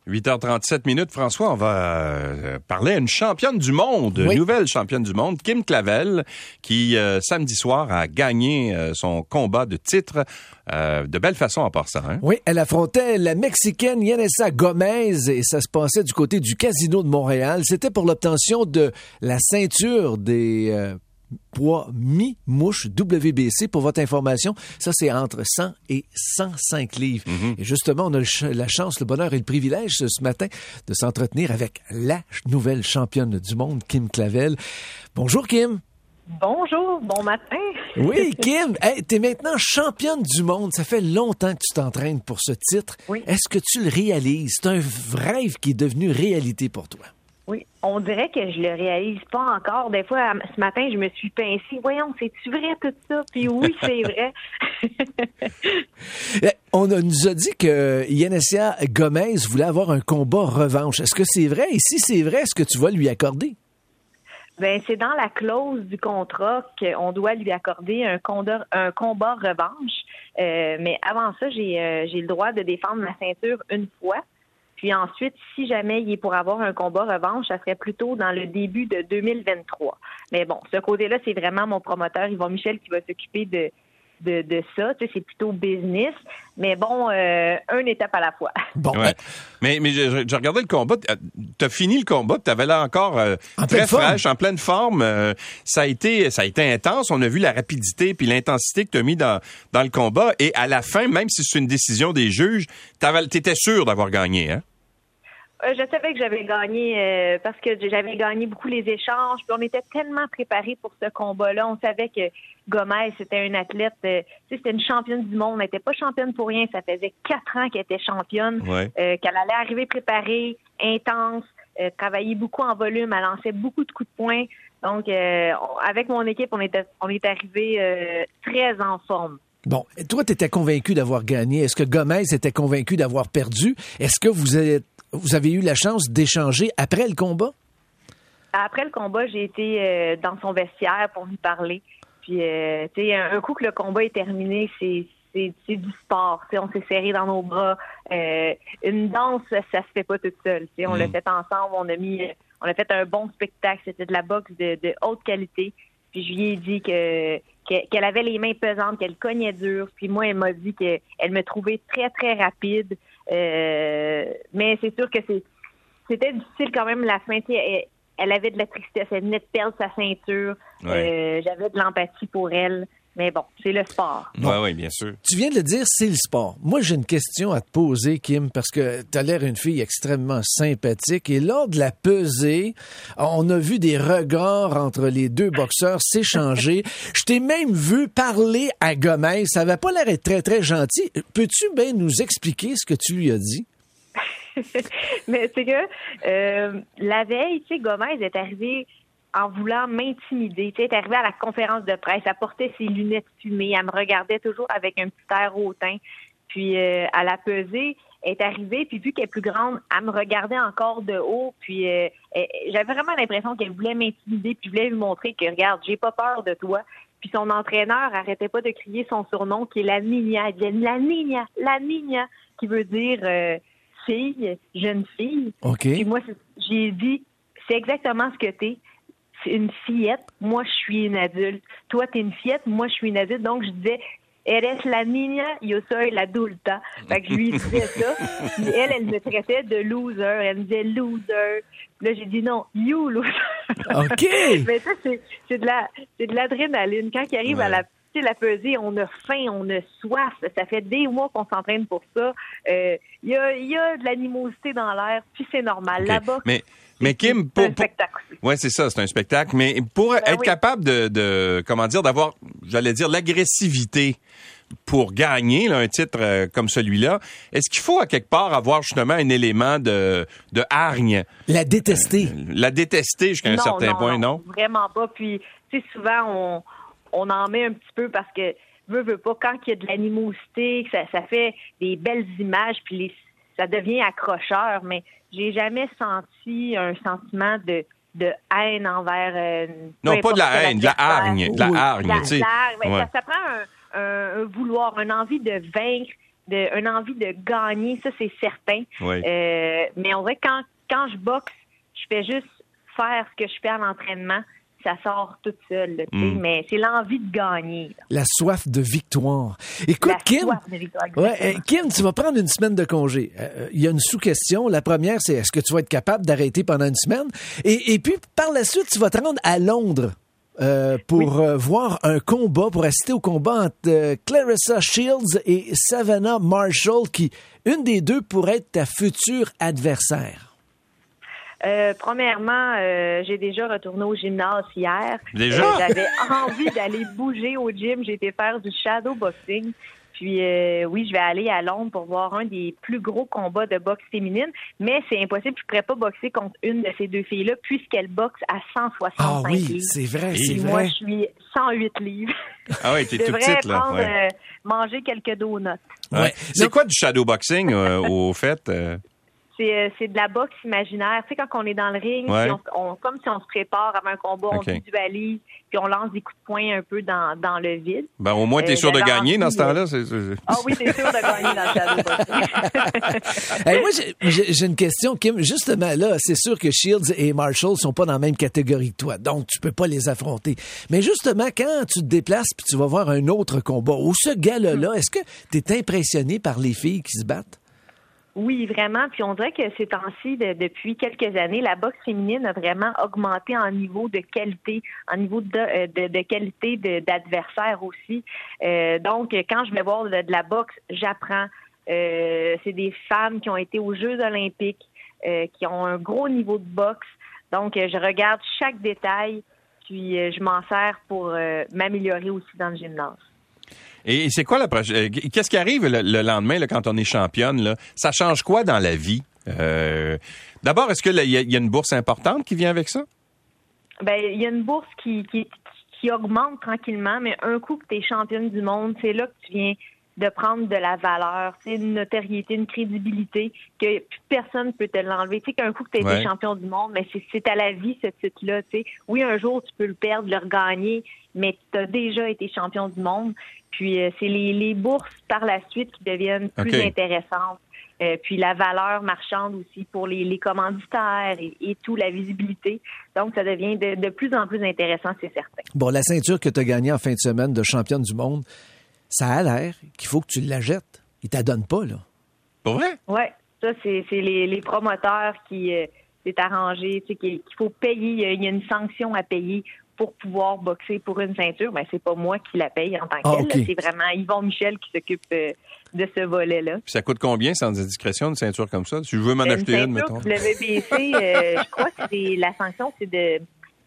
8h37, François, on va parler à une championne du monde, nouvelle championne du monde, Kim Clavel, qui samedi soir a gagné son combat de titre de belle façon en passant. Hein? Oui, elle affrontait la Mexicaine Yanessa Gomez et ça se passait du côté du Casino de Montréal. C'était pour l'obtention de la ceinture des poids mi-mouche WBC. Pour votre information, ça c'est entre 100 et 105 livres. Et justement, on a la chance, le bonheur et le privilège ce matin de s'entretenir avec la nouvelle championne du monde, Kim Clavel. Bonjour Kim. Bonjour, bon matin. Oui, Kim, hey, t'es maintenant championne du monde. Ça fait longtemps que tu t'entraînes pour ce titre. Oui. Est-ce que tu le réalises? C'est un rêve qui est devenu réalité pour toi. Oui, on dirait que je le réalise pas encore. Des fois, ce matin, je me suis pincée. Voyons, c'est-tu vrai tout ça? Puis oui, c'est vrai. On nous a dit que Yanessa Gomez voulait avoir un combat revanche. Est-ce que c'est vrai? Et si c'est vrai, est-ce que tu vas lui accorder? Ben, c'est dans la clause du contrat qu'on doit lui accorder un combat revanche. Mais avant ça, j'ai le droit de défendre ma ceinture une fois. Puis ensuite, si jamais il est pour avoir un combat revanche, ça serait plutôt dans le début de 2023. Mais bon, ce côté-là, c'est vraiment mon promoteur, Yvon Michel, qui va s'occuper de ça. Tu sais, c'est plutôt business. Mais bon, une étape à la fois. Bon, ouais. Mais je regardais le combat. T'as fini le combat, t'avais là encore très fraîche, en pleine forme. Ça a été intense. On a vu la rapidité puis l'intensité que t'as mis dans le combat. Et à la fin, même si c'est une décision des juges, t'étais sûr d'avoir gagné, hein? Je savais que j'avais gagné parce que j'avais gagné beaucoup les échanges. Puis on était tellement préparés pour ce combat-là. On savait que Gomez, c'était une athlète, c'était une championne du monde. Elle n'était pas championne pour rien. Ça faisait 4 ans qu'elle était championne, qu'elle allait arriver préparée, intense, travailler beaucoup en volume. Elle lançait beaucoup de coups de poing. Donc, avec mon équipe, on est arrivé très en forme. Bon, toi, tu étais convaincu d'avoir gagné. Est-ce que Gomez était convaincu d'avoir perdu? Est-ce que vous avez eu la chance d'échanger après le combat? Après le combat, j'ai été dans son vestiaire pour lui parler. Puis, tu sais, un coup que le combat est terminé, c'est du sport. Tu sais, on s'est serrés dans nos bras. Une danse, ça se fait pas toute seule. Tu sais, on l'a fait ensemble. On a fait un bon spectacle. C'était de la boxe de haute qualité. Puis je lui ai dit qu'elle avait les mains pesantes, qu'elle cognait dur. Puis moi, elle m'a dit qu'elle me trouvait très, très rapide. Mais c'est sûr que c'était difficile quand même la fin. Elle avait de la tristesse. Elle venait de perdre sa ceinture. Ouais. J'avais de l'empathie pour elle. Mais bon, c'est le sport. Oui, bien sûr. Tu viens de le dire, c'est le sport. Moi, j'ai une question à te poser, Kim, parce que tu as l'air une fille extrêmement sympathique. Et lors de la pesée, on a vu des regards entre les deux boxeurs s'échanger. Je t'ai même vu parler à Gomez. Ça n'avait pas l'air d'être très, très gentil. Peux-tu bien nous expliquer ce que tu lui as dit? Mais c'est que la veille, tu sais, Gomez est arrivée en voulant m'intimider. Tu sais, elle est arrivée à la conférence de presse, elle portait ses lunettes fumées, elle me regardait toujours avec un petit air hautain. Puis à la pesée, elle est arrivée, puis vu qu'elle est plus grande, elle me regardait encore de haut, puis j'avais vraiment l'impression qu'elle voulait m'intimider, puis voulait lui montrer que, regarde, j'ai pas peur de toi. Puis son entraîneur arrêtait pas de crier son surnom, qui est la Niña. Elle disait la Niña, qui veut dire fille, jeune fille. Okay. Puis moi, j'ai dit, c'est exactement ce que t'es. C'est une fillette, moi je suis une adulte. Toi, t'es une fillette, moi je suis une adulte. Donc je disais, eres la niña, yo soy la adulta. Fait que je lui disais ça. Puis elle me traitait de loser. Elle me disait loser. Là, j'ai dit non, you loser. OK! Mais ça, c'est de l'adrénaline. Quand il arrive à la pesée, on a faim, on a soif. Ça fait des mois qu'on s'entraîne pour ça. Il y a de l'animosité dans l'air, puis c'est normal. Okay. Là-bas, mais Kim, c'est un spectacle aussi. Oui, c'est ça, c'est un spectacle. Mais pour être capable de comment dire, d'avoir, j'allais dire, l'agressivité pour gagner là, un titre comme celui-là, est-ce qu'il faut à quelque part avoir justement un élément de hargne? La détester. La détester jusqu'à un certain point, non? Vraiment pas. Puis, tu sais, souvent, on en met un petit peu parce que veut pas, quand il y a de l'animosité, ça fait des belles images, puis ça devient accrocheur, mais j'ai jamais senti un sentiment de haine envers... non, pas de la haine, de la hargne. De la hargne, tu sais. Ça prend un vouloir, une envie de vaincre, une envie de gagner, ça c'est certain. Oui. Mais on dirait que quand je boxe, je fais juste faire ce que je fais à l'entraînement. Ça sort toute seule, là, mais c'est l'envie de gagner. Là. La soif de victoire. Écoute, Kim, Kim, tu vas prendre une semaine de congé. Il y a une sous-question. La première, c'est est-ce que tu vas être capable d'arrêter pendant une semaine? Et puis, par la suite, tu vas te rendre à Londres pour voir un combat, pour assister au combat entre Claressa Shields et Savannah Marshall, qui, une des deux, pourrait être ta future adversaire. Premièrement, j'ai déjà retourné au gymnase hier. Déjà? J'avais envie d'aller bouger au gym. J'ai été faire du shadow boxing. Puis oui, je vais aller à Londres pour voir un des plus gros combats de boxe féminine. Mais c'est impossible. Je ne pourrais pas boxer contre une de ces deux filles-là puisqu'elle boxe à 165 livres. C'est vrai, c'est vrai. Moi, je suis 108 livres. Ah oui, t'es toute petite, là. Je devrais manger quelques donuts. Ouais. C'est quoi du shadowboxing, au fait? C'est de la boxe imaginaire. Tu sais, quand on est dans le ring, puis comme si on se prépare avant un combat, on visualise, puis on lance des coups de poing un peu dans le vide. Ben, au moins, t'es sûr de gagner dans ce temps-là. Ah oui, t'es sûr de gagner dans le shadowboxing. Moi, j'ai une question, Kim. Justement, là, c'est sûr que Shields et Marshall sont pas dans la même catégorie que toi, donc tu peux pas les affronter. Mais justement, quand tu te déplaces puis tu vas voir un autre combat, ou ce gars-là, est-ce que t'es impressionné par les filles qui se battent? Oui, vraiment. Puis on dirait que ces temps-ci, depuis quelques années, la boxe féminine a vraiment augmenté en niveau de qualité, en niveau de qualité d'adversaire aussi. Donc, quand je vais voir de la boxe, j'apprends. C'est des femmes qui ont été aux Jeux olympiques, qui ont un gros niveau de boxe. Donc, je regarde chaque détail, puis je m'en sers pour m'améliorer aussi dans le gymnase. Et c'est quoi la prochaine? Qu'est-ce qui arrive le lendemain là, quand on est championne? Là? Ça change quoi dans la vie? D'abord, est-ce qu'il y a une bourse importante qui vient avec ça? Ben, il y a une bourse qui augmente tranquillement, mais un coup que tu es championne du monde, c'est là que tu viens de prendre de la valeur, c'est une notoriété, une crédibilité que plus personne ne peut te l'enlever. Tu sais, qu'un coup que tu as été champion du monde, mais c'est à la vie, ce titre-là. Tu sais. Oui, un jour, tu peux le perdre, le regagner, mais tu as déjà été champion du monde. Puis, c'est les bourses par la suite qui deviennent plus intéressantes. Puis, la valeur marchande aussi pour les commanditaires et tout, la visibilité. Donc, ça devient de plus en plus intéressant, c'est certain. Bon, la ceinture que tu as gagnée en fin de semaine de championne du monde, ça a l'air qu'il faut que tu la jettes. Ils ne t'adonnent pas, là. Pour vrai? Oui, ça, c'est les promoteurs qui s'est arrangé, tu sais, qu'il faut payer. Il y a une sanction à payer pour pouvoir boxer pour une ceinture. Ben, c'est pas moi qui la paye en tant que telle. C'est vraiment Yvon Michel qui s'occupe de ce volet-là. Puis ça coûte combien, sans indiscrétion, une ceinture comme ça? Si je veux m'en acheter une, mettons. WBC, je crois que la sanction, c'est de...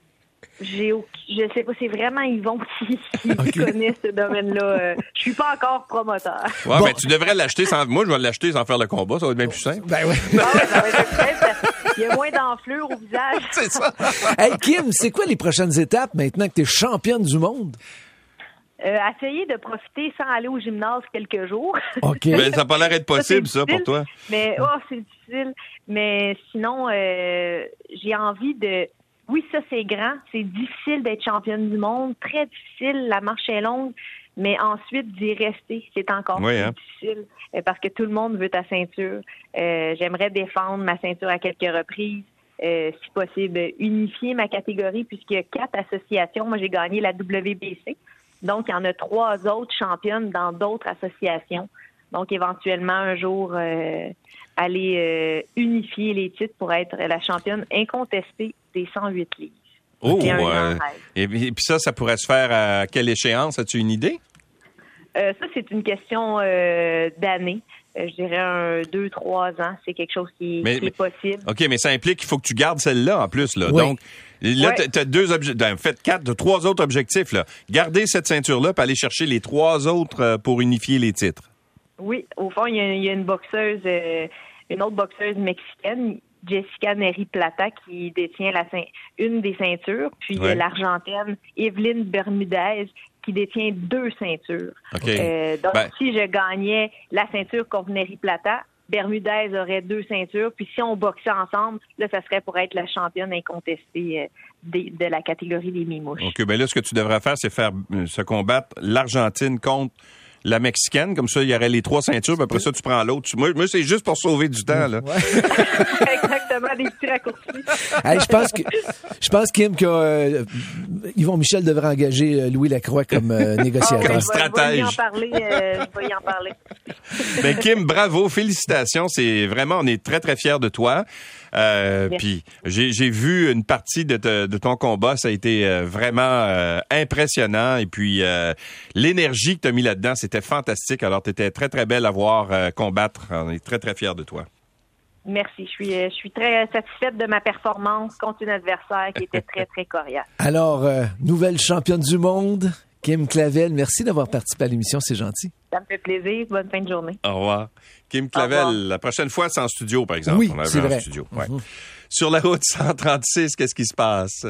Je sais pas, c'est vraiment Yvon qui connaît ce domaine-là. Je suis pas encore promoteur. Ouais, ben tu devrais l'acheter sans... Moi, je vais l'acheter sans faire le combat, ça va être bien plus simple. Ben oui. Ça va être plus simple. Il y a moins d'enflure au visage. C'est ça. Hey, Kim, c'est quoi les prochaines étapes maintenant que tu es championne du monde? Essayer de profiter sans aller au gymnase quelques jours. OK. Ben, ça n'a pas l'air d'être possible, ça, pour toi. Mais, c'est difficile. Mais sinon, j'ai envie de... Oui, ça, c'est grand. C'est difficile d'être championne du monde. Très difficile. La marche est longue. Mais ensuite, d'y rester, c'est encore plus difficile parce que tout le monde veut ta ceinture. J'aimerais défendre ma ceinture à quelques reprises. Si possible, unifier ma catégorie puisqu'il y a 4 associations. Moi, j'ai gagné la WBC. Donc, il y en a 3 autres championnes dans d'autres associations. Donc, éventuellement, un jour, aller unifier les titres pour être la championne incontestée des 108 livres. Oh, et puis ça pourrait se faire à quelle échéance? As-tu une idée? Ça, c'est une question d'années. Je dirais 2-3 ans. C'est quelque chose qui est possible. OK, mais ça implique qu'il faut que tu gardes celle-là en plus. Là. Oui. Donc, là, tu as 2 objectifs. En fait, 3 autres objectifs. Là. Garder cette ceinture-là puis aller chercher les 3 autres pour unifier les titres. Oui, au fond, il y a une boxeuse, une autre boxeuse mexicaine, Jessica Neri Plata, qui détient une des ceintures, puis l'Argentine Evelyne Bermudez, qui détient 2 ceintures. Okay. Donc, si je gagnais la ceinture contre Neri Plata, Bermudez aurait 2 ceintures, puis si on boxait ensemble, là, ça serait pour être la championne incontestée de la catégorie des mi-mouches. OK, bien là, ce que tu devrais faire, c'est faire se combattre l'Argentine contre la mexicaine. Comme ça, il y aurait les 3 ceintures, puis après ça, tu prends l'autre. Moi, c'est juste pour sauver du temps, là. Ouais. Exactement, des petits raccourcis. Hey, je pense, Kim, que Yvon Michel devrait engager Louis Lacroix comme négociateur. Comme stratège. Je vais y en parler. Ben, Kim, bravo, félicitations. C'est vraiment, on est très, très fiers de toi. Puis j'ai vu une partie de ton combat, ça a été vraiment impressionnant. Et puis l'énergie que tu as mis là-dedans, c'était fantastique. Alors, tu étais très, très belle à voir combattre. On est très, très fiers de toi. Merci. Je suis très satisfaite de ma performance contre une adversaire qui était très, très coriace. Alors, nouvelle championne du monde, Kim Clavel, merci d'avoir participé à l'émission, c'est gentil. Ça me fait plaisir. Bonne fin de journée. Au revoir. Kim Clavel, la prochaine fois, c'est en studio, par exemple. Oui, on c'est vrai. en studio. Ouais. Sur la route 136, qu'est-ce qui se passe?